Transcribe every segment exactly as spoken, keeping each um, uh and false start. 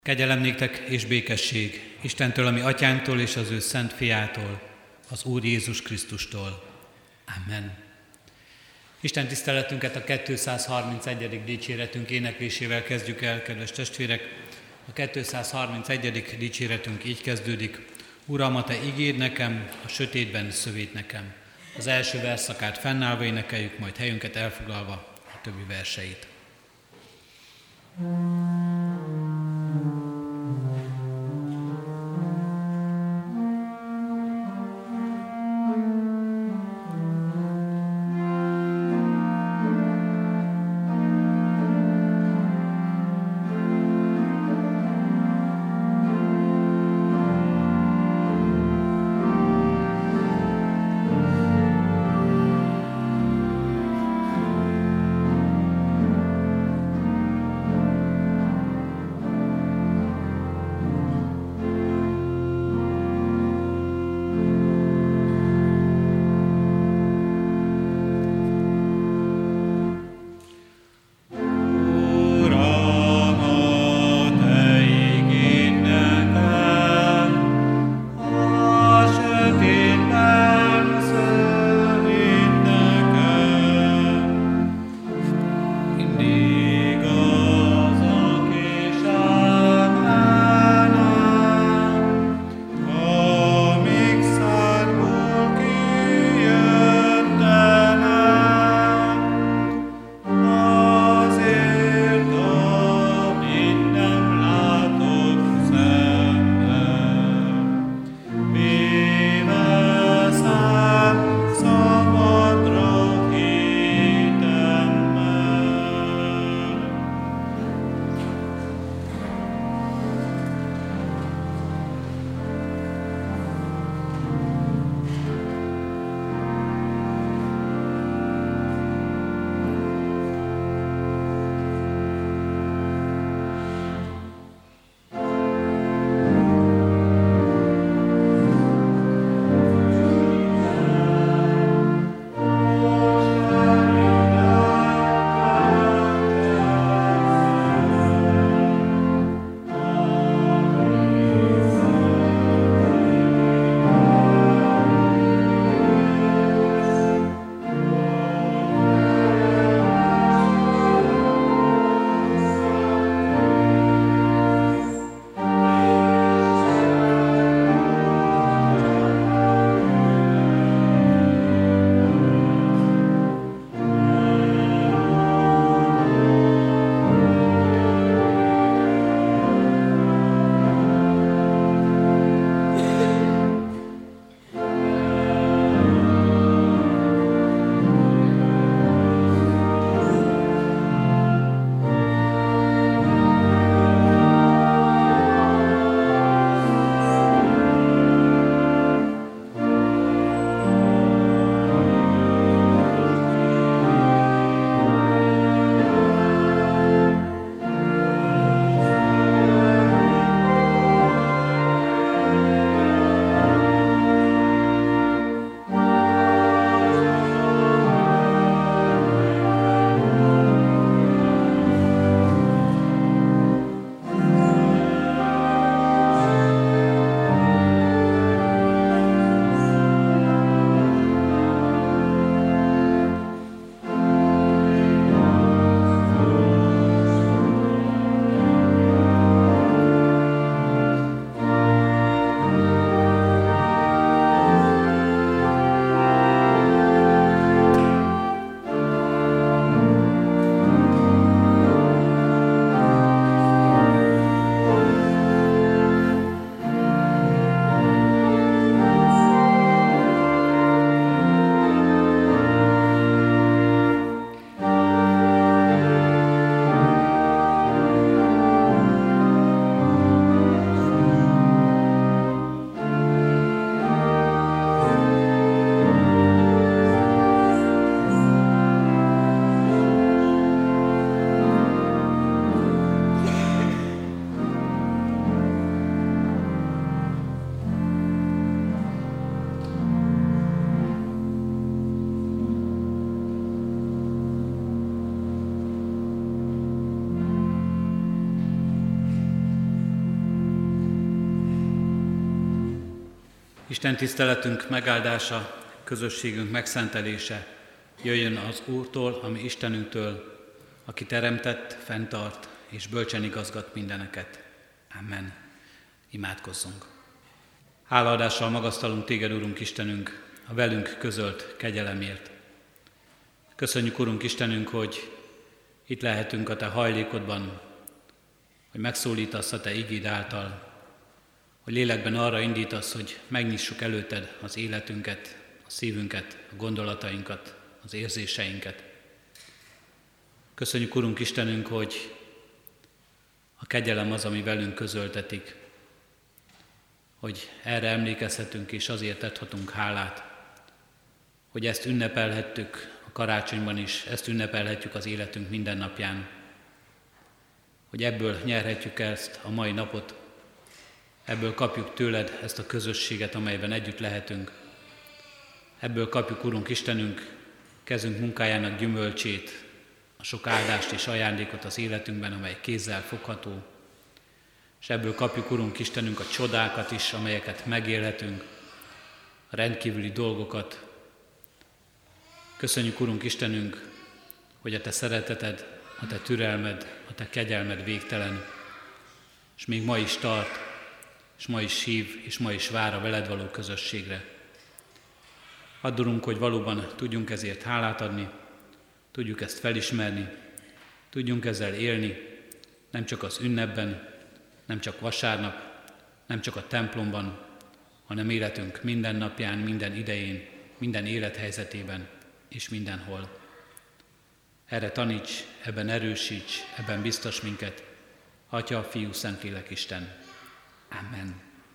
Kegyelem néktek és békesség Istentől, ami atyánktól és az ő szent fiától, az Úr Jézus Krisztustól. Amen. Isten tiszteletünket a kétszázharmincegyedik dicséretünk éneklésével kezdjük el, kedves testvérek. A kétszázharmincegyedik dicséretünk így kezdődik. Uram, a Te igéd nekem, a sötétben szövét nekem. Az első versszakát fennállva énekeljük, majd helyünket elfoglalva a többi verseit. Isten tiszteletünk megáldása, közösségünk megszentelése jöjjön az Úrtól, ami Istenünktől, aki teremtett, fenntart és bölcsen igazgat mindeneket. Amen. Imádkozzunk. Hálaadással magasztalunk Téged, Urunk Istenünk, a velünk közölt kegyelemért. Köszönjük, Urunk Istenünk, hogy itt lehetünk a Te hajlékodban, hogy megszólítasz a Te igéd által, hogy lélekben arra indítasz, hogy megnyissuk előtted az életünket, a szívünket, a gondolatainkat, az érzéseinket. Köszönjük, Urunk Istenünk, hogy a kegyelem az, ami velünk közöltetik, hogy erre emlékezhetünk és azért adhatunk hálát, hogy ezt ünnepelhettük a karácsonyban is, ezt ünnepelhetjük az életünk minden napján, hogy ebből nyerhetjük ezt a mai napot, ebből kapjuk tőled ezt a közösséget, amelyben együtt lehetünk. Ebből kapjuk, Urunk Istenünk, kezünk munkájának gyümölcsét, a sok áldást és ajándékot az életünkben, amely kézzel fogható, és ebből kapjuk, Urunk Istenünk, a csodákat is, amelyeket megélhetünk, a rendkívüli dolgokat. Köszönjük, Urunk Istenünk, hogy a Te szereteted, a Te türelmed, a Te kegyelmed végtelen, és még ma is tart, és ma is hív, és ma is vár a veled való közösségre. Add, Urunk, hogy valóban tudjunk ezért hálát adni, tudjuk ezt felismerni, tudjunk ezzel élni, nem csak az ünnepben, nem csak vasárnap, nem csak a templomban, hanem életünk minden napján, minden idején, minden élethelyzetében és mindenhol. Erre taníts, ebben erősíts, ebben biztos minket, Atya, Fiú, Szentlélek, Isten. Amen.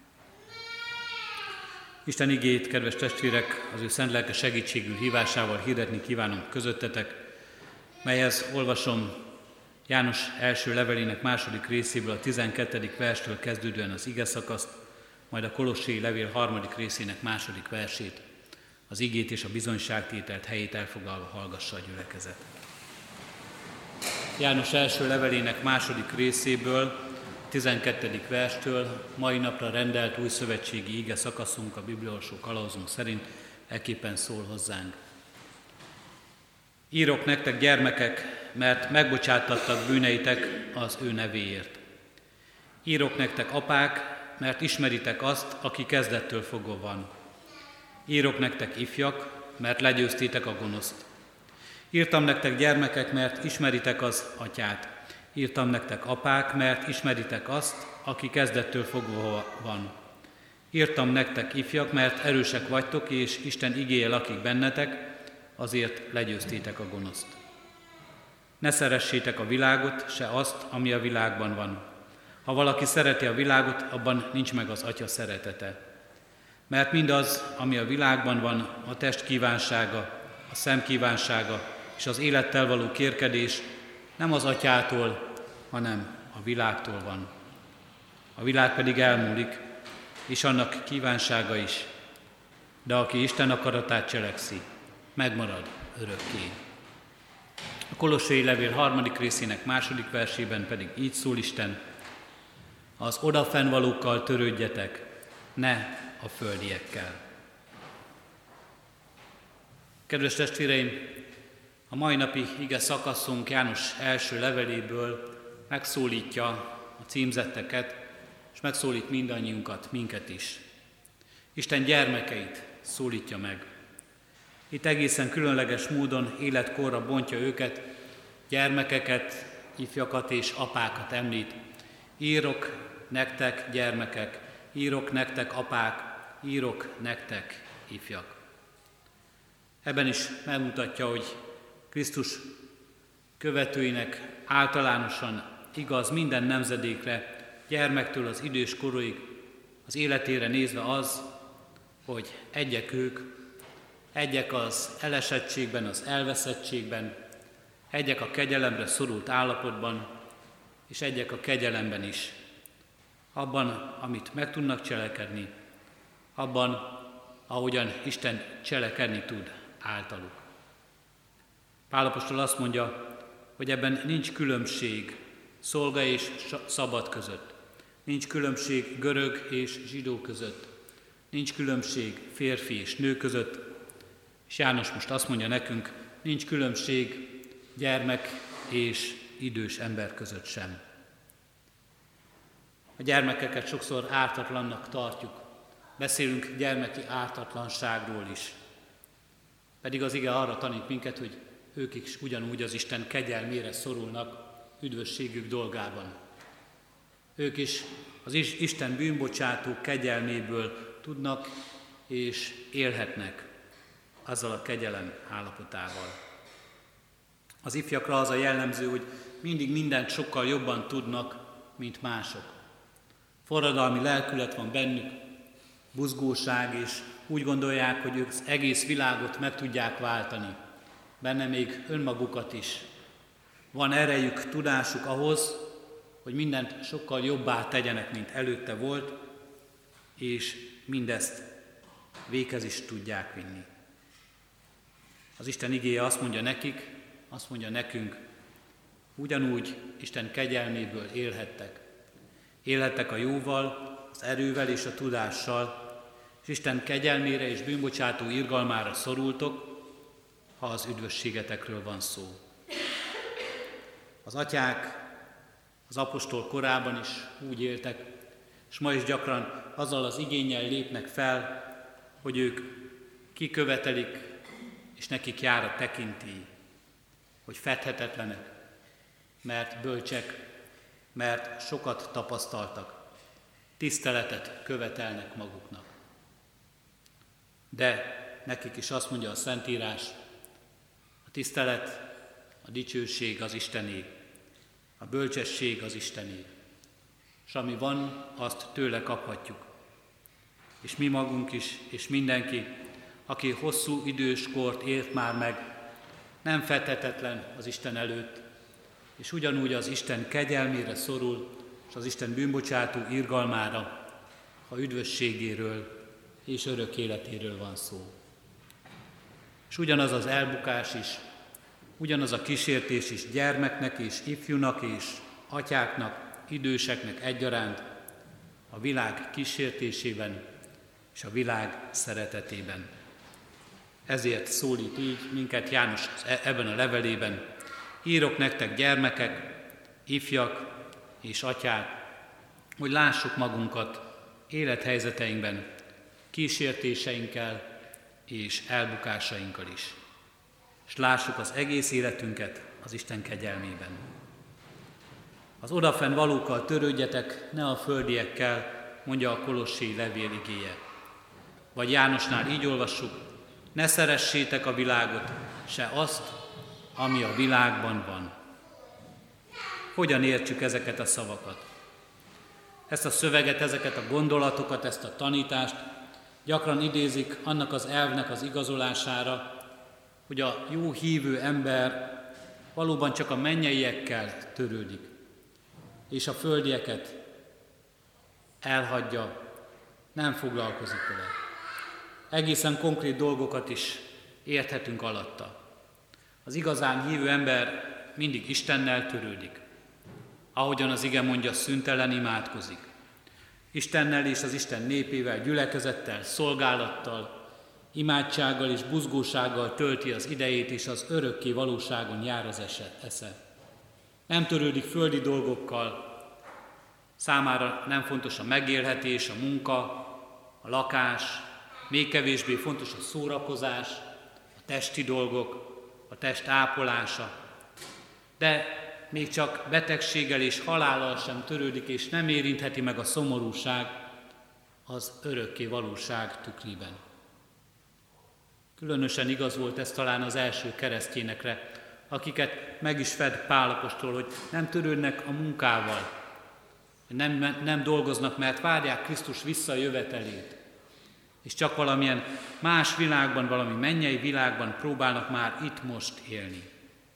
Isten igéjét, kedves testvérek, az ő szent lelke segítségül hívásával hirdetni kívánom közöttetek, melyhez olvasom János első levelének második részéből a tizenkettedik verstől kezdődően az igeszakaszt, majd a Kolossai levél harmadik részének második versét, az igét és a bizonyságtételt helyét elfoglalva hallgassa a gyülekezet. János első levelének második részéből, tizenkettedik verstől, mai napra rendelt új szövetségi ige szakaszunk a bibliolvasó kalauzunk szerint ekképpen szól hozzánk. Írok nektek, gyermekek, mert megbocsáttattak bűneitek az ő nevéért. Írok nektek, apák, mert ismeritek azt, aki kezdettől fogva van. Írok nektek, ifjak, mert legyőztétek a gonoszt. Írtam nektek, gyermekek, mert ismeritek az atyát. Írtam nektek, apák, mert ismeritek azt, aki kezdettől fogva van. Írtam nektek, ifjak, mert erősek vagytok, és Isten igéje lakik bennetek, azért legyőztétek a gonoszt. Ne szeressétek a világot, se azt, ami a világban van. Ha valaki szereti a világot, abban nincs meg az Atya szeretete. Mert mindaz, ami a világban van, a test kívánsága, a szem kívánsága és az élettel való kérkedés nem az Atyától, hanem a világtól van. A világ pedig elmúlik, és annak kívánsága is, de aki Isten akaratát cselekszi, megmarad örökké. A Kolossai levél harmadik részének második versében pedig így szól Isten: az odafennvalókkal törődjetek, ne a földiekkel. Kedves testvéreim, a mai napi ige szakaszunk János első leveléből megszólítja a címzetteket, és megszólít mindannyiunkat, minket is. Isten gyermekeit szólítja meg. Itt egészen különleges módon életkorra bontja őket, gyermekeket, ifjakat és apákat említ. Írok nektek, gyermekek, írok nektek, apák, írok nektek, ifjak. Ebben is megmutatja, hogy Krisztus követőinek általánosan igaz minden nemzedékre, gyermektől az idős korig, az életére nézve az, hogy egyek ők, egyek az elesettségben, az elveszettségben, egyek a kegyelemre szorult állapotban, és egyek a kegyelemben is. Abban, amit meg tudnak cselekedni, abban, ahogyan Isten cselekedni tud általuk. Pál apostol azt mondja, hogy ebben nincs különbség szolga és szabad között. Nincs különbség görög és zsidó között. nincs különbség férfi és nő között, és János most azt mondja nekünk, nincs különbség gyermek és idős ember között sem. A gyermekeket sokszor ártatlannak tartjuk, beszélünk gyermeki ártatlanságról is. Pedig az ige arra tanít minket, hogy ők is ugyanúgy az Isten kegyelmére szorulnak üdvösségük dolgában. Ők is az Isten bűnbocsátó kegyelméből tudnak és élhetnek azzal a kegyelem állapotával. Az ifjakra az a jellemző, hogy mindig mindent sokkal jobban tudnak, mint mások. Forradalmi lelkület van bennük, buzgóság, és úgy gondolják, hogy ők az egész világot meg tudják váltani, benne még önmagukat is. Van erejük, tudásuk ahhoz, hogy mindent sokkal jobbá tegyenek, mint előtte volt, és mindezt véghez is tudják vinni. Az Isten igéje azt mondja nekik, azt mondja nekünk, ugyanúgy Isten kegyelméből élhettek. Élhettek a jóval, az erővel és a tudással, és Isten kegyelmére és bűnbocsátó irgalmára szorultok, ha az üdvösségetekről van szó. Az atyák az apostol korában is úgy éltek, és ma is gyakran azzal az igénnyel lépnek fel, hogy ők kikövetelik, és nekik jár a tekintély, hogy fedhetetlenek, mert bölcsek, mert sokat tapasztaltak, tiszteletet követelnek maguknak. De nekik is azt mondja a Szentírás, a tisztelet, a dicsőség az Istené, a bölcsesség az Istené, és ami van, azt tőle kaphatjuk. És mi magunk is, és mindenki, aki hosszú idős kort élt már meg, nem fedhetetlen az Isten előtt, és ugyanúgy az Isten kegyelmére szorul, és az Isten bűnbocsátó irgalmára, ha üdvösségéről és örök életéről van szó. És ugyanaz az elbukás is, ugyanaz a kísértés is gyermeknek és ifjúnak és atyáknak, időseknek egyaránt a világ kísértésében és a világ szeretetében. Ezért szólít így minket János ebben a levelében. Írok nektek gyermekek, ifjak és atyák, hogy lássuk magunkat élethelyzeteinkben, kísértéseinkkel és elbukásainkkal is. És lássuk az egész életünket az Isten kegyelmében. Az odafenn valókkal törődjetek, ne a földiekkel, mondja a Kolossé levél igéje. Vagy Jánosnál így olvassuk, ne szeressétek a világot, se azt, ami a világban van. Hogyan értsük ezeket a szavakat? Ezt a szöveget, ezeket a gondolatokat, ezt a tanítást gyakran idézik annak az elvnek az igazolására, hogy a jó hívő ember valóban csak a mennyeiekkel törődik, és a földieket elhagyja, nem foglalkozik vele. Egészen konkrét dolgokat is érthetünk alatta. Az igazán hívő ember mindig Istennel törődik. Ahogyan az ige mondja, szüntelen imádkozik. Istennel és az Isten népével, gyülekezettel, szolgálattal, imádsággal és buzgósággal tölti az idejét, és az örökké valóságon jár az esze. Nem törődik földi dolgokkal, számára nem fontos a megélhetés, a munka, a lakás, még kevésbé fontos a szórakozás, a testi dolgok, a test ápolása, de még csak betegséggel és halállal sem törődik, és nem érintheti meg a szomorúság az örökké valóság tükrében. Különösen igaz volt ez talán az első keresztényekre, akiket meg is fed Pál apostol, hogy nem törődnek a munkával, nem, nem dolgoznak, mert várják Krisztus visszajövetelét, és csak valamilyen más világban, valami mennyei világban próbálnak már itt most élni.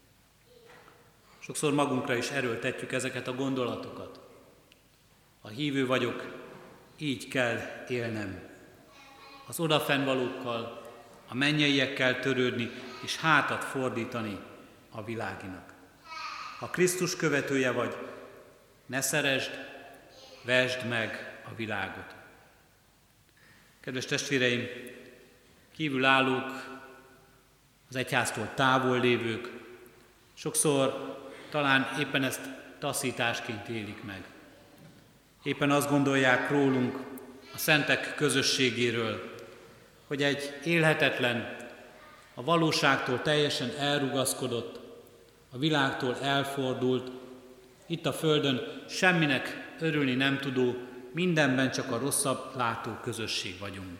Sokszor magunkra is erőltetjük ezeket a gondolatokat. A hívő vagyok, így kell élnem. Az odafennvalókkal, a mennyeiekkel törődni, és hátat fordítani a világinak. Ha Krisztus követője vagy, ne szeresd, vesd meg a világot. Kedves testvéreim, kívülállók, az egyháztól távol lévők, sokszor talán éppen ezt taszításként élik meg. Éppen azt gondolják rólunk, a szentek közösségéről, hogy egy élhetetlen, a valóságtól teljesen elrugaszkodott, a világtól elfordult, itt a földön semminek örülni nem tudó, mindenben csak a rosszabb látó közösség vagyunk.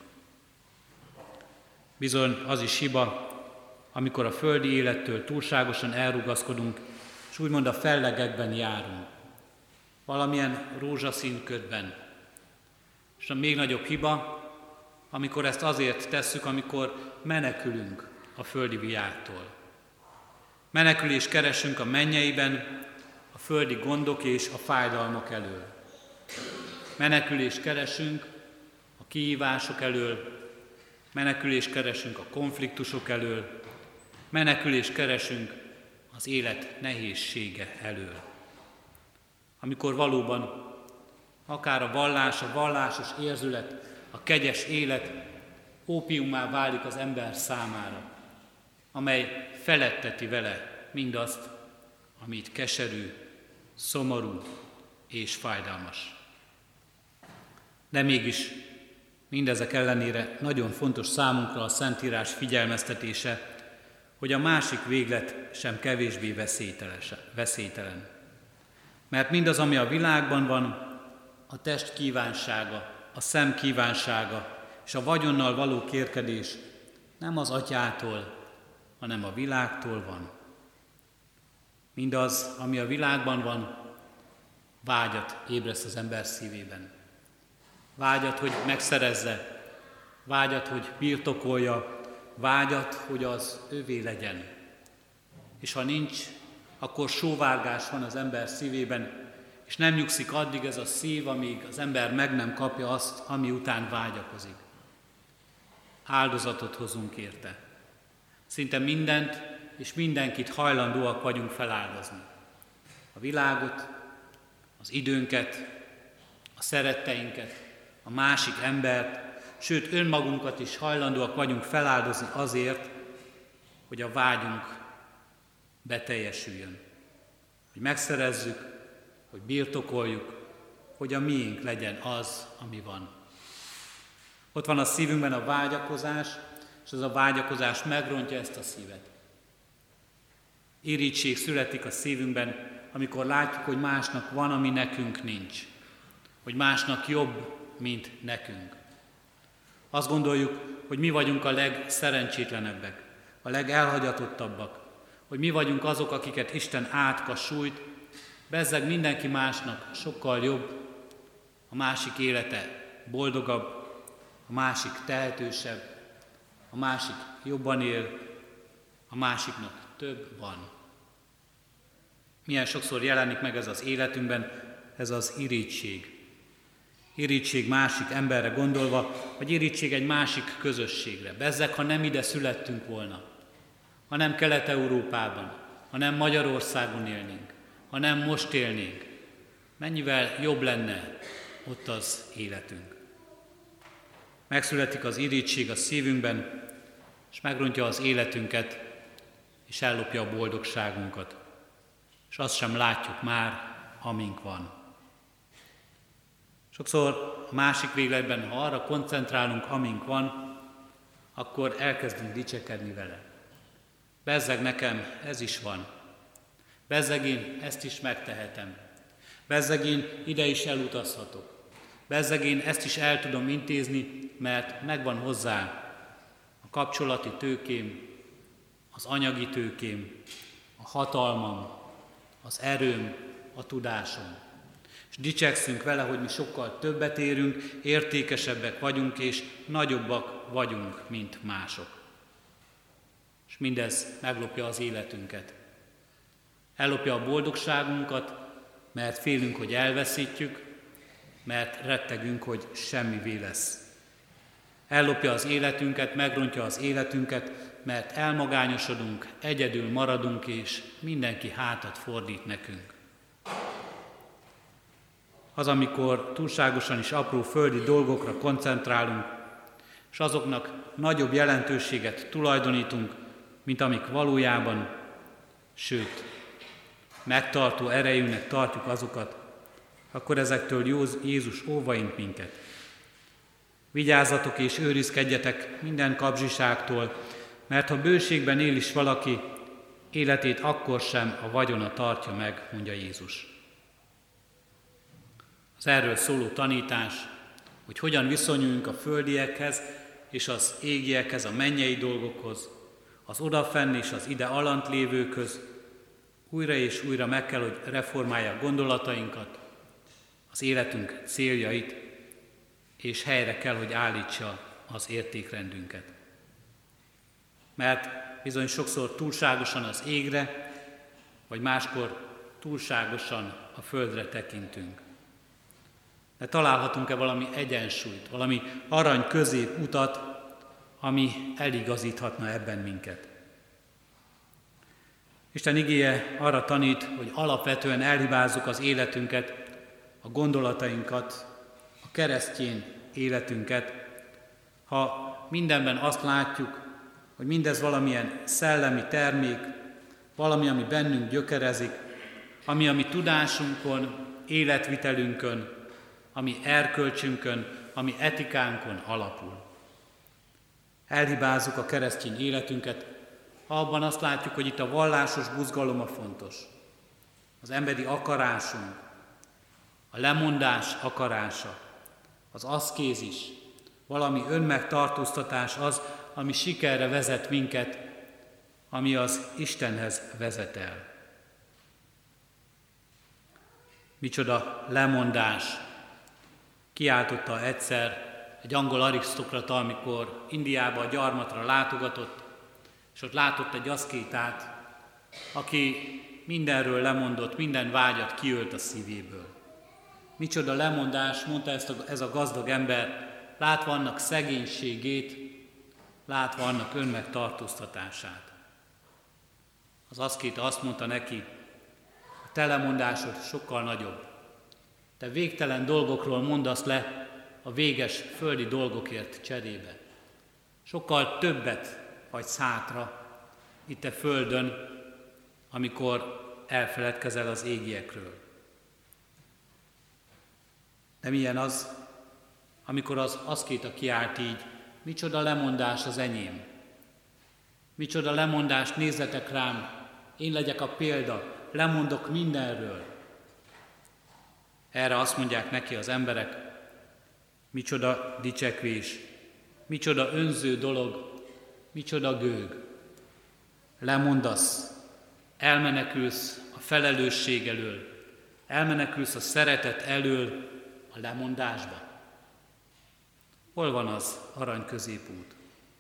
Bizony az is hiba, amikor a földi élettől túlságosan elrugaszkodunk, és úgymond a fellegekben járunk, valamilyen rózsaszín ködben. És a még nagyobb hiba, amikor ezt azért tesszük, amikor menekülünk a földi világtól. Menekülést keresünk a mennyeiben, a földi gondok és a fájdalmak elől. Menekülést keresünk a kihívások elől, menekülést keresünk a konfliktusok elől, menekülést keresünk az élet nehézsége elől. Amikor valóban akár a vallás, a vallásos érzület, a kegyes élet ópiummá válik az ember számára, amely feletteti vele mindazt, amit keserű, szomorú és fájdalmas. De mégis mindezek ellenére nagyon fontos számunkra a Szentírás figyelmeztetése, hogy a másik véglet sem kevésbé veszélytelen. Mert mindaz, ami a világban van, a test kívánsága, a szem kívánsága és a vagyonnal való kérkedés nem az Atyától, hanem a világtól van. Mindaz, ami a világban van, vágyat ébreszt az ember szívében. Vágyat, hogy megszerezze, vágyat, hogy birtokolja, vágyat, hogy az övé legyen. És ha nincs, akkor sóvárgás van az ember szívében, és nem nyugszik addig ez a szív, amíg az ember meg nem kapja azt, ami után vágyakozik. Áldozatot hozunk érte. Szinte mindent és mindenkit hajlandóak vagyunk feláldozni. A világot, az időnket, a szeretteinket, a másik embert, sőt önmagunkat is hajlandóak vagyunk feláldozni azért, hogy a vágyunk beteljesüljön. Hogy megszerezzük, hogy birtokoljuk, hogy a miénk legyen az, ami van. Ott van a szívünkben a vágyakozás, és az a vágyakozás megrontja ezt a szívet. Irigység születik a szívünkben, amikor látjuk, hogy másnak van, ami nekünk nincs. Hogy másnak jobb, mint nekünk. Azt gondoljuk, hogy mi vagyunk a legszerencsétlenebbek, a legelhagyatottabbak, hogy mi vagyunk azok, akiket Isten átka sújt, bezzeg mindenki másnak sokkal jobb, a másik élete boldogabb, a másik tehetősebb, a másik jobban él, a másiknak több van. Milyen sokszor jelenik meg ez az életünkben, ez az irigység. Irigység másik emberre gondolva, vagy irigység egy másik közösségre. Bezzeg, ha nem ide születtünk volna, ha nem Kelet-Európában, ha nem Magyarországon élnénk, ha nem most élnénk, mennyivel jobb lenne ott az életünk. Megszületik az irigység a szívünkben, és megrontja az életünket, és ellopja a boldogságunkat. És azt sem látjuk már, amink van. Sokszor a másik végletben, ha arra koncentrálunk, amink van, akkor elkezdünk dicsekedni vele. Bezzeg nekem ez is van. Bezzeg én ezt is megtehetem. Bezzeg én ide is elutazhatok. Bezzeg én ezt is el tudom intézni, mert megvan hozzá a kapcsolati tőkém, az anyagi tőkém, a hatalmam, az erőm, a tudásom. És dicsekszünk vele, hogy mi sokkal többet érünk, értékesebbek vagyunk, és nagyobbak vagyunk, mint mások. És mindez meglopja az életünket. Ellopja a boldogságunkat, mert félünk, hogy elveszítjük, mert rettegünk, hogy semmivé lesz. Ellopja az életünket, megrontja az életünket, mert elmagányosodunk, egyedül maradunk, és mindenki hátat fordít nekünk. Az, amikor túlságosan is apró földi dolgokra koncentrálunk, és azoknak nagyobb jelentőséget tulajdonítunk, mint amik valójában, sőt, megtartó erejűnek tartjuk azokat, akkor ezektől Jézus óvaint minket. Vigyázzatok és őrizkedjetek minden kapzsiságtól, mert ha bőségben él is valaki, életét akkor sem a vagyona tartja meg, mondja Jézus. Az erről szóló tanítás, hogy hogyan viszonyuljunk a földiekhez és az égiekhez, a mennyei dolgokhoz, az odafenn és az ide alant lévőköz, újra és újra meg kell, hogy reformálja gondolatainkat, az életünk céljait, és helyre kell, hogy állítsa az értékrendünket. Mert bizony sokszor túlságosan az égre, vagy máskor túlságosan a földre tekintünk. De találhatunk-e valami egyensúlyt, valami arany közép utat, ami eligazíthatna ebben minket? Isten igéje arra tanít, hogy alapvetően elhibázzuk az életünket, a gondolatainkat, a keresztény életünket, ha mindenben azt látjuk, hogy mindez valamilyen szellemi termék, valami, ami bennünk gyökerezik, ami a mi tudásunkon, életvitelünkön, ami erkölcsünkön, ami etikánkon alapul. Elhibázzuk a keresztény életünket, abban azt látjuk, hogy itt a vallásos buzgalom a fontos. Az emberi akarásunk, a lemondás akarása, az aszkézis, valami önmegtartóztatás az, ami sikerre vezet minket, ami az Istenhez vezet el. Micsoda lemondás! Kiáltotta egyszer egy angol arisztokrata, amikor Indiába a gyarmatra látogatott, és ott látott egy aszkétát, aki mindenről lemondott, minden vágyat kiölt a szívéből. Micsoda lemondás, mondta ezt a, ez a gazdag ember, látva annak szegénységét, látva annak önmegtartóztatását. Az aszkéta azt mondta neki, a te lemondásod sokkal nagyobb. Te végtelen dolgokról mondasz le a véges földi dolgokért cserébe. Sokkal többet hagysz hátra itt a földön, amikor elfeledkezel az égiekről. De milyen az, amikor az aszkéta kiált így, micsoda lemondás az enyém. Micsoda lemondás, nézzetek rám, én legyek a példa, lemondok mindenről. Erre azt mondják neki az emberek, micsoda dicsekvés, micsoda önző dolog, micsoda gőg. Lemondasz, elmenekülsz a felelősség elől, elmenekülsz a szeretet elől a lemondásba. Hol van az arany középút?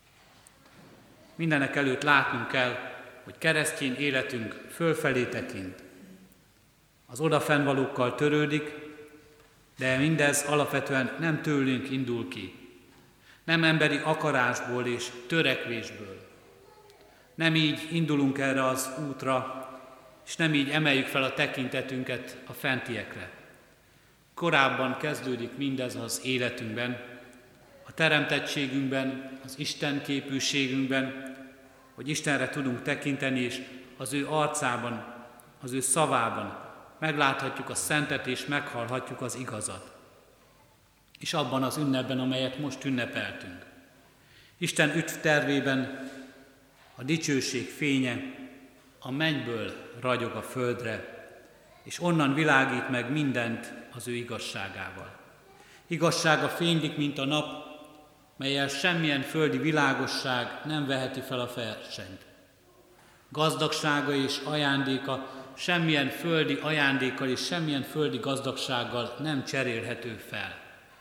Mindenek előtt látnunk kell, hogy keresztény életünk fölfelé tekint. Az odafennvalókkal törődik, de mindez alapvetően nem tőlünk indul ki. Nem emberi akarásból és törekvésből. Nem így indulunk erre az útra, és nem így emeljük fel a tekintetünket a fentiekre. Korábban kezdődik mindez az életünkben, a teremtettségünkben, az Isten képűségünkben, hogy Istenre tudunk tekinteni, és az ő arcában, az ő szavában megláthatjuk a szentet, és meghallhatjuk az igazat. És abban az ünnepben, amelyet most ünnepeltünk. Isten üdv tervében a dicsőség fénye a mennyből ragyog a földre, és onnan világít meg mindent az ő igazságával. Igazsága fénylik, mint a nap, mellyel semmilyen földi világosság nem veheti fel a versenyt. Gazdagsága és ajándéka semmilyen földi ajándékkal és semmilyen földi gazdagsággal nem cserélhető fel.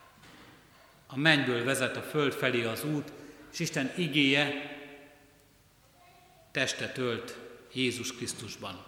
A mennyből vezet a föld felé az út, és Isten igéje testet ölt Jézus Krisztusban.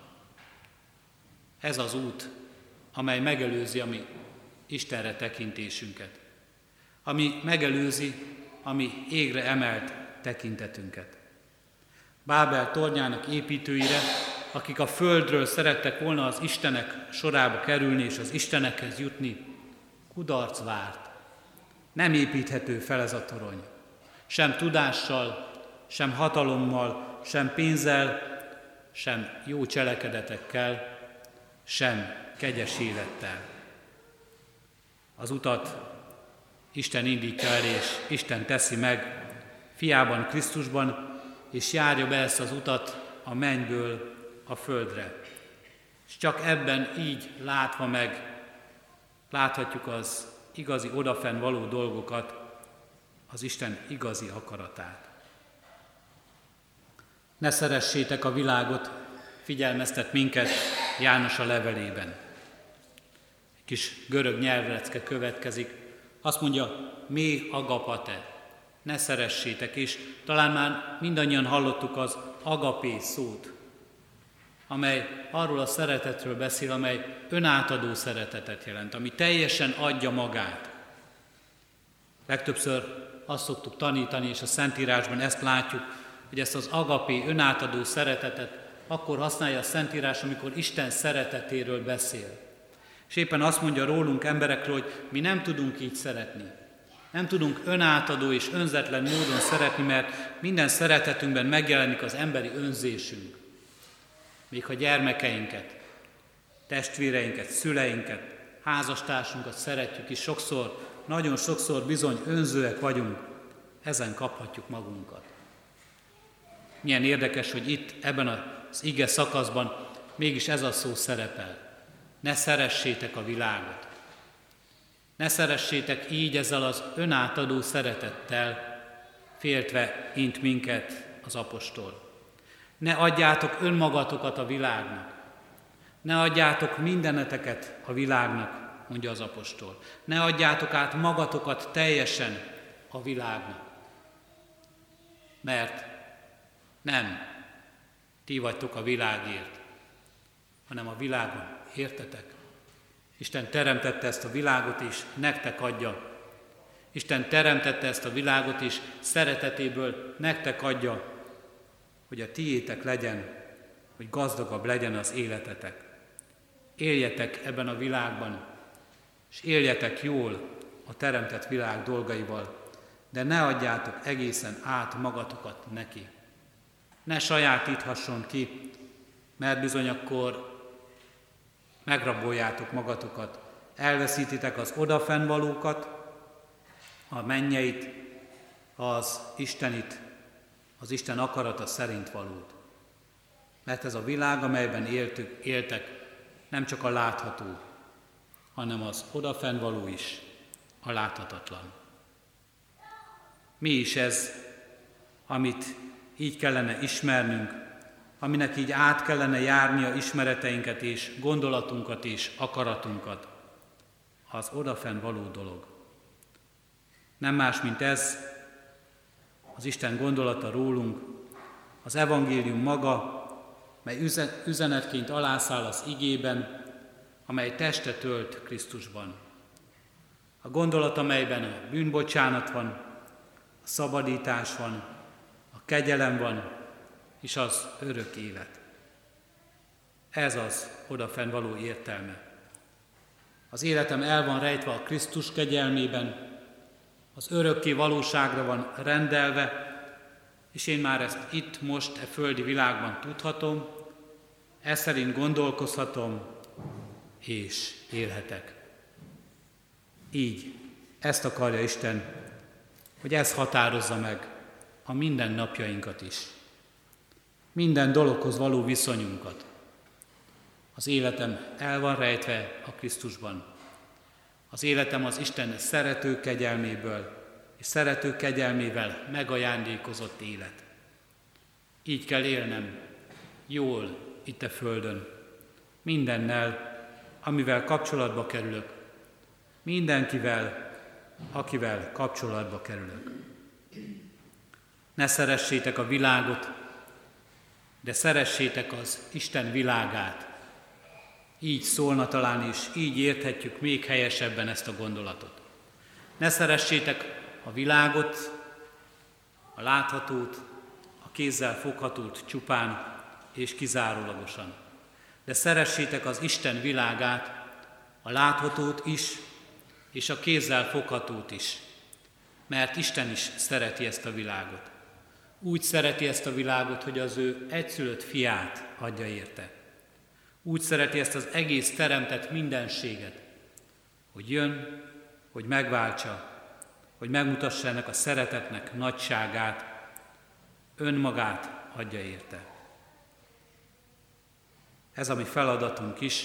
Ez az út, amely megelőzi a mi Istenre tekintésünket, ami megelőzi a mi égre emelt tekintetünket. Bábel tornyának építőire, akik a földről szerettek volna az Istenek sorába kerülni és az Istenekhez jutni, kudarc várt. Nem építhető fel ez a torony. sem tudással, sem hatalommal, sem pénzzel, sem jó cselekedetekkel, sem kegyes élettel. Az utat Isten indítja el, és Isten teszi meg Fiában, Krisztusban, és járja be ezt az utat a mennyből a földre. És csak ebben így látva meg, láthatjuk az igazi odafenn való dolgokat, az Isten igazi akaratát. Ne szeressétek a világot, figyelmeztet minket János a levelében. Egy kis görög nyelvrecke következik, azt mondja, mé agapate, ne szeressétek, és talán már mindannyian hallottuk az agapé szót, amely arról a szeretetről beszél, amely önátadó szeretetet jelent, ami teljesen adja magát. Legtöbbször azt szoktuk tanítani, és a Szentírásban ezt látjuk, hogy ezt az agapé, önátadó szeretetet akkor használja a Szentírás, amikor Isten szeretetéről beszél. És éppen azt mondja rólunk emberekről, hogy mi nem tudunk így szeretni. Nem tudunk önátadó és önzetlen módon szeretni, mert minden szeretetünkben megjelenik az emberi önzésünk. Még ha gyermekeinket, testvéreinket, szüleinket, házastársunkat szeretjük is, sokszor, nagyon sokszor bizony önzőek vagyunk, ezen kaphatjuk magunkat. Milyen érdekes, hogy itt ebben az ige szakaszban mégis ez a szó szerepel. Ne szeressétek a világot. Ne szeressétek így ezzel az önátadó szeretettel, féltve int minket az apostol. Ne adjátok önmagatokat a világnak. Ne adjátok mindeneteket a világnak, mondja az apostol. Ne adjátok át magatokat teljesen a világnak. Mert nem ti vagytok a világért, hanem a világon értetek. Isten teremtette ezt a világot, és nektek adja. Isten teremtette ezt a világot, és szeretetéből nektek adja, hogy a tiétek legyen, hogy gazdagabb legyen az életetek. Éljetek ebben a világban, és éljetek jól a teremtett világ dolgaival, de ne adjátok egészen át magatokat neki. Ne sajátíthasson ki, mert bizony akkor megraboljátok magatokat, elveszítitek az odafennvalókat, a mennyeit, az Istenit, az Isten akarata szerint valót. Mert ez a világ, amelyben éltük, éltek, nem csak a látható, hanem az odafennvaló is, a láthatatlan. Mi is ez, amit így kellene ismernünk, aminek így át kellene járnia ismereteinket és gondolatunkat és akaratunkat, az odafenn való dolog. Nem más, mint ez, az Isten gondolata rólunk, az evangélium maga, mely üzenetként alászáll az igében, amely testet ölt Krisztusban. A gondolat, amelyben a bűnbocsánat van, a szabadítás van, a kegyelem van, és az örök élet. Ez az odafenn való értelme. Az életem el van rejtve a Krisztus kegyelmében, az örökké valóságra van rendelve, és én már ezt itt, most, e földi világban tudhatom, ez szerint gondolkozhatom, és élhetek. Így, ezt akarja Isten, hogy ez határozza meg a mindennapjainkat is. Minden dologhoz való viszonyunkat. Az életem el van rejtve a Krisztusban. Az életem az Isten szerető kegyelméből és szerető kegyelmével megajándékozott élet. Így kell élnem, jól itt a földön, mindennel, amivel kapcsolatba kerülök, mindenkivel, akivel kapcsolatba kerülök. Ne szeressétek a világot, de szeressétek az Isten világát. Így szólna talán is, így érthetjük még helyesebben ezt a gondolatot. Ne szeressétek a világot, a láthatót, a kézzel foghatót csupán és kizárólagosan. De szeressétek az Isten világát, a láthatót is, és a kézzel foghatót is. Mert Isten is szereti ezt a világot. Úgy szereti ezt a világot, hogy az ő egyszülött fiát adja érte. Úgy szereti ezt az egész teremtett mindenséget, hogy jön, hogy megváltsa, hogy megmutassa ennek a szeretetnek nagyságát, önmagát adja érte. Ez a mi feladatunk is,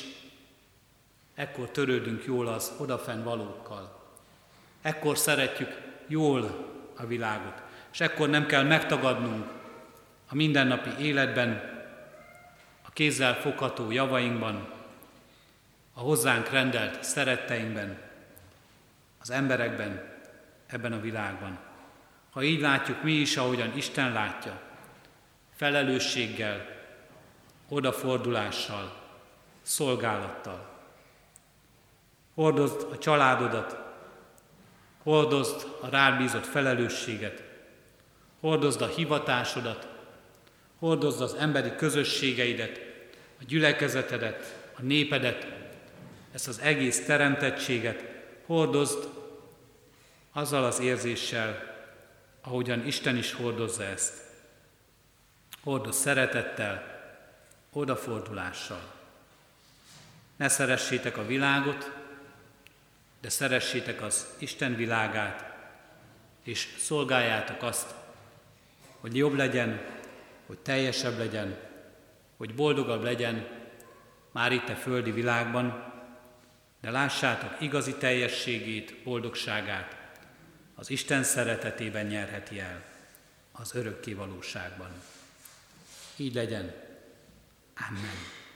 ekkor törődünk jól az odafenn valókkal. Ekkor szeretjük jól a világot, és ekkor nem kell megtagadnunk a mindennapi életben, a kézzel fogható javainkban, a hozzánk rendelt szeretteinkben, az emberekben, ebben a világban. Ha így látjuk mi is, ahogyan Isten látja, felelősséggel, odafordulással, szolgálattal. Hordozd a családodat, hordozd a rád bízott felelősséget, hordozd a hivatásodat, hordozd az emberi közösségeidet, a gyülekezetedet, a népedet, ezt az egész teremtettséget, hordozd azzal az érzéssel, ahogyan Isten is hordozza ezt. Hordozd szeretettel, odafordulással. Ne szeressétek a világot, de szeressétek az Isten világát, és szolgáljátok azt, hogy jobb legyen, hogy teljesebb legyen, hogy boldogabb legyen már itt a földi világban, de lássátok igazi teljességét, boldogságát az Isten szeretetében nyerheti el az örökké valóságban. Így legyen. Amen.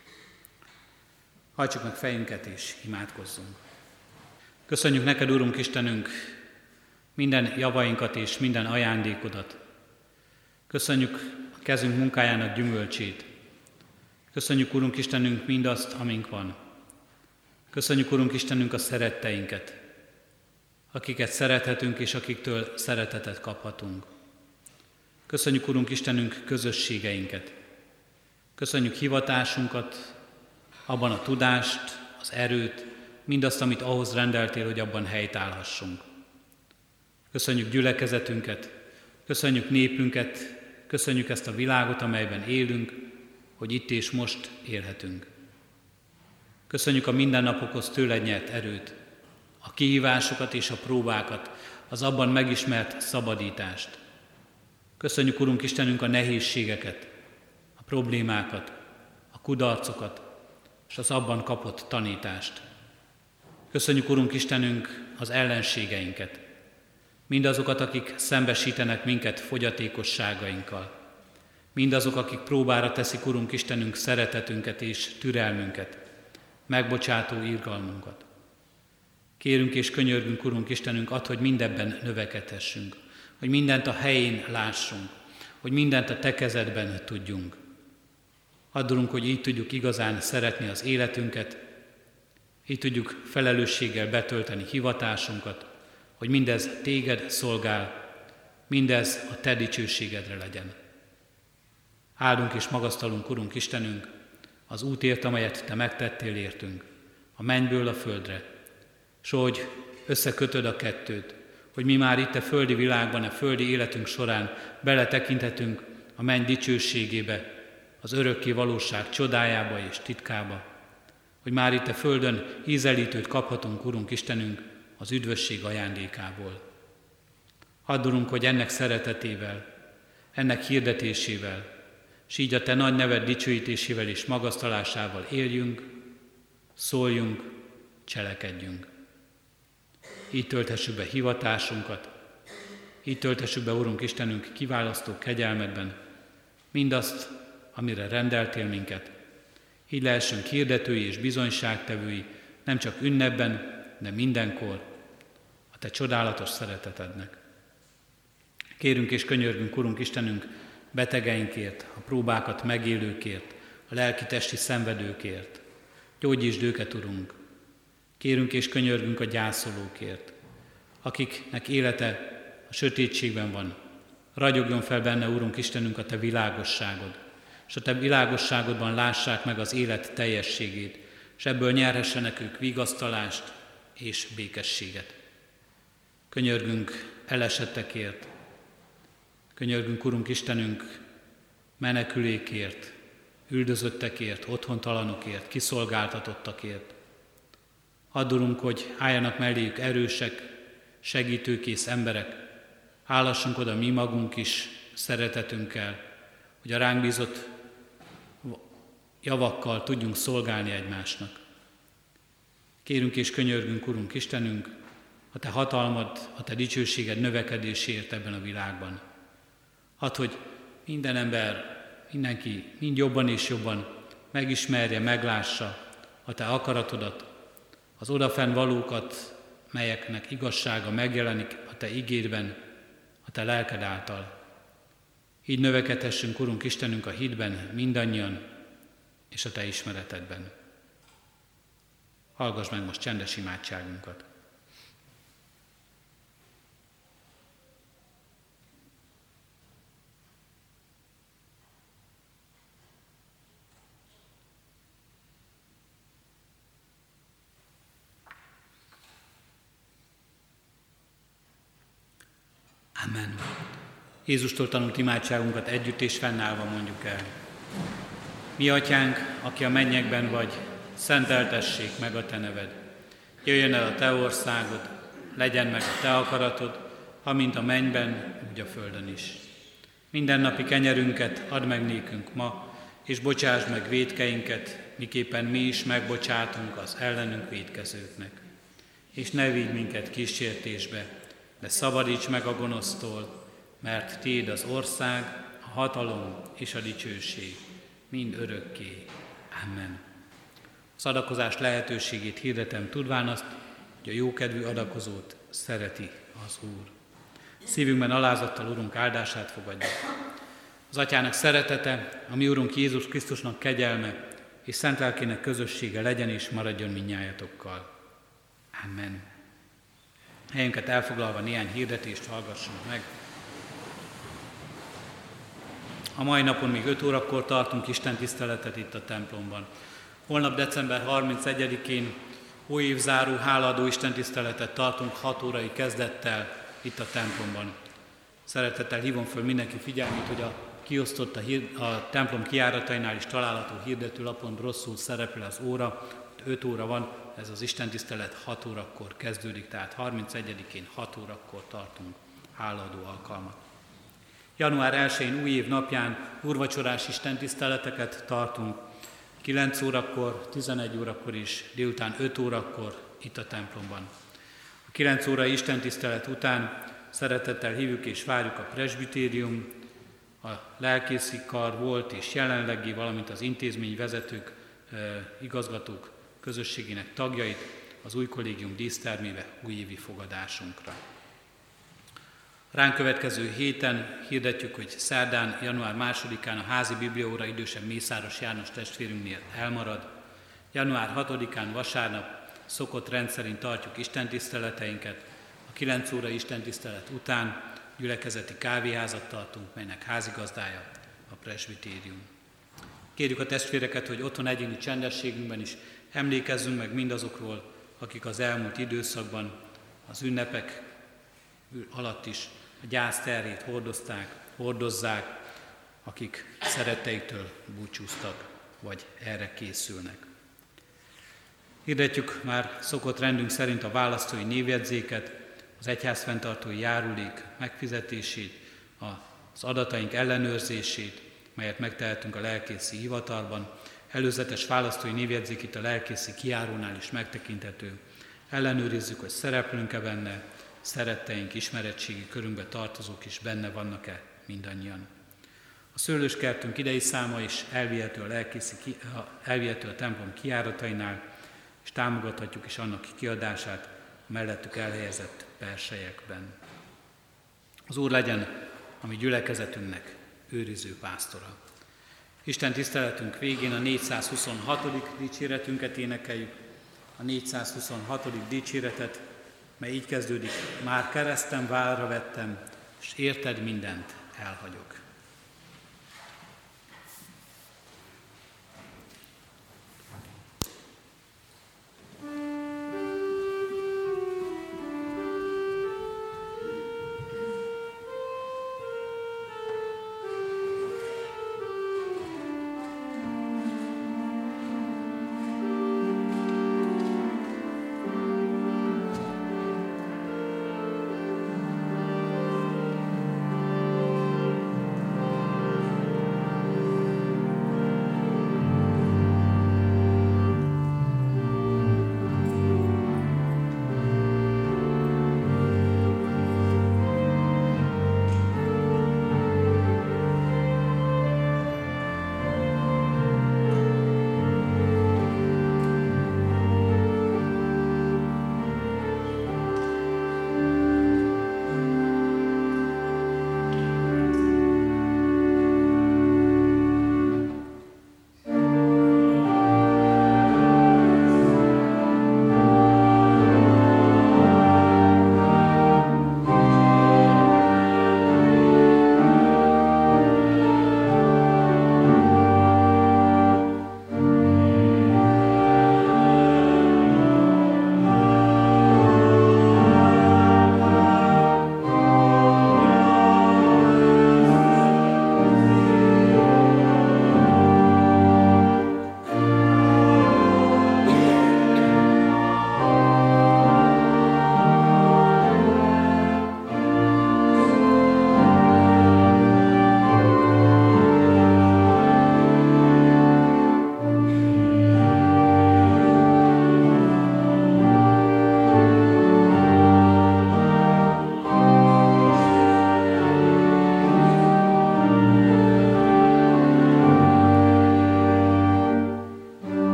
Hajtsuk meg fejünket és imádkozzunk. Köszönjük neked, Urunk Istenünk, minden javainkat és minden ajándékodat. Köszönjük a kezünk munkájának gyümölcsét. Köszönjük, Urunk Istenünk, mindazt, amink van. Köszönjük, Urunk Istenünk, a szeretteinket, akiket szerethetünk és akiktől szeretetet kaphatunk. Köszönjük, Urunk Istenünk, közösségeinket. Köszönjük hivatásunkat, abban a tudást, az erőt, mindazt, amit ahhoz rendeltél, hogy abban helytállhassunk. Köszönjük gyülekezetünket, köszönjük népünket, köszönjük ezt a világot, amelyben élünk, hogy itt és most élhetünk. Köszönjük a mindennapokhoz tőled nyert erőt, a kihívásokat és a próbákat, az abban megismert szabadítást. Köszönjük, Urunk Istenünk, a nehézségeket, a problémákat, a kudarcokat, és az abban kapott tanítást. Köszönjük, Urunk Istenünk, az ellenségeinket, mindazokat, akik szembesítenek minket fogyatékosságainkkal, mindazok, akik próbára teszik, Urunk Istenünk, szeretetünket és türelmünket, megbocsátó irgalmunkat. Kérünk és könyörgünk, Urunk Istenünk, add, hogy mindebben növekedhessünk, hogy mindent a helyén lássunk, hogy mindent a Te kezedben tudjunk. Add, Urunk, hogy így tudjuk igazán szeretni az életünket, így tudjuk felelősséggel betölteni hivatásunkat, hogy mindez Téged szolgál, mindez a Te dicsőségedre legyen. Áldunk és magasztalunk, Urunk Istenünk, az útért, amelyet Te megtettél értünk, a mennyből a földre, s hogy összekötöd a kettőt, hogy mi már itt a földi világban, a földi életünk során beletekinthetünk a menny dicsőségébe, az örökké valóság csodájába és titkába, hogy már itt a földön ízelítőt kaphatunk, Urunk Istenünk, az üdvösség ajándékából. Add, Urunk, hogy ennek szeretetével, ennek hirdetésével, s így a Te nagy neved dicsőítésével és magasztalásával éljünk, szóljunk, cselekedjünk. Így tölthessük be hivatásunkat, így tölthessük be, Urunk Istenünk, kiválasztó kegyelmedben mindazt, amire rendeltél minket. Így lehessünk hirdetői és bizonyságtevői, nem csak ünnepben, de mindenkor a Te csodálatos szeretetednek. Kérünk és könyörgünk, Urunk Istenünk, betegeinkért, a próbákat megélőkért, a lelki-testi szenvedőkért. Gyógyítsd őket, Urunk! Kérünk és könyörgünk a gyászolókért, akiknek élete a sötétségben van. Ragyogjon fel benne, Urunk Istenünk, a Te világosságod, és a Te világosságodban lássák meg az élet teljességét, és ebből nyerhessenek ők vigasztalást és békességet. Könyörgünk elesettekért. Könyörgünk, Urunk Istenünk, menekülékért, üldözöttekért, otthontalanokért, kiszolgáltatottakért. Add, Urunk, hogy álljanak melléjük erősek, segítőkész emberek, állassunk oda mi magunk is szeretetünkkel, hogy a ránk bízott javakkal tudjunk szolgálni egymásnak. Kérünk és könyörgünk, Urunk Istenünk, a Te hatalmad, a Te dicsőséged növekedéséért ebben a világban. Add, hogy minden ember, mindenki mind jobban és jobban megismerje, meglássa a Te akaratodat, az odafenn valókat, melyeknek igazsága megjelenik a Te igédben, a Te lelked által. Így növekedhessünk, Urunk Istenünk, a hitben mindannyian, és a Te ismeretedben. Hallgass meg most csendes imádságunkat. Amen. Jézustól tanult imádságunkat együtt és fennállva mondjuk el. Mi atyánk, aki a mennyekben vagy, szenteltessék meg a Te neved. Jöjjön el a Te országod, legyen meg a Te akaratod, amint a mennyben, úgy a földön is. Mindennapi kenyerünket add meg nékünk ma, és bocsásd meg vétkeinket, miképpen mi is megbocsátunk az ellenünk vétkezőknek. És ne vigy minket kísértésbe, de szabadíts meg a gonosztól, mert Tiéd az ország, a hatalom és a dicsőség, mind örökké. Amen. Az adakozás lehetőségét hirdetem, tudván azt, hogy a jókedvű adakozót szereti az Úr. Szívünkben alázattal Urunk áldását fogadjuk. Az Atyának szeretete, a mi Urunk Jézus Krisztusnak kegyelme és szent lelkének közössége legyen és maradjon mindnyájatokkal. Amen. Helyünket elfoglalva néhány hirdetést hallgassunk meg. A mai napon még öt órakor tartunk istentiszteletet itt a templomban. Holnap december harmincegyedikén újévzáró hálaadó istentiszteletet tartunk hat órai kezdettel itt a templomban. Szeretettel hívom föl mindenki figyelmét, hogy a kiosztott a, hír, a templom kijáratainál is található hirdetőlapon rosszul szerepel az óra, öt óra van, ez az istentisztelet hat órakor kezdődik, tehát harmincegyedikén hat órakor tartunk hálaadó alkalmat. január elsején új év napján úrvacsorás istentiszteleteket tartunk, kilenc órakor, tizenegy órakor is, délután öt órakor itt a templomban. A kilenc órai istentisztelet után szeretettel hívjuk és várjuk a presbitérium, a lelkészi kar volt és jelenlegi, valamint az intézmény vezetők, igazgatók közösségének tagjait az új kollégium dísztermébe újévi fogadásunkra. Ránk következő héten hirdetjük, hogy szerdán, január másodikán a házi bibliaóra idősebb Mészáros János testvérünknél elmarad. január hatodikán vasárnap szokott rendszerint tartjuk istentiszteleteinket. A kilenc órai istentisztelet után gyülekezeti kávéházat tartunk, melynek házigazdája a presbitérium. Kérjük a testvéreket, hogy otthon egyéni csendességünkben is emlékezzünk meg mindazokról, akik az elmúlt időszakban, az ünnepek alatt is a gyász terhét hordozták, hordozzák, akik szeretteiktől búcsúztak, vagy erre készülnek. Hirdetjük már szokott rendünk szerint a választói névjegyzéket, az egyházfenntartói járulék megfizetését, az adataink ellenőrzését, melyet megtehetünk a lelkészi hivatalban. Előzetes választói névjegyzék itt a lelkészi kijárónál is megtekinthető. Ellenőrizzük, hogy szereplünk-e benne, szeretteink, ismeretségi körünkbe tartozók is benne vannak-e mindannyian. A szőlőskertünk idei száma is elvihető a, lelkészi, elvihető a templom kijáratainál, és támogathatjuk is annak kiadását a mellettük elhelyezett perselyekben. Az Úr legyen a mi gyülekezetünknek őriző pásztora. Isten tiszteletünk végén a négyszázhuszonhatodik dicséretünket énekeljük, a négyszázhuszonhatodik dicséretet, mely így kezdődik: már keresztem vállra vettem, és érted mindent elhagyok.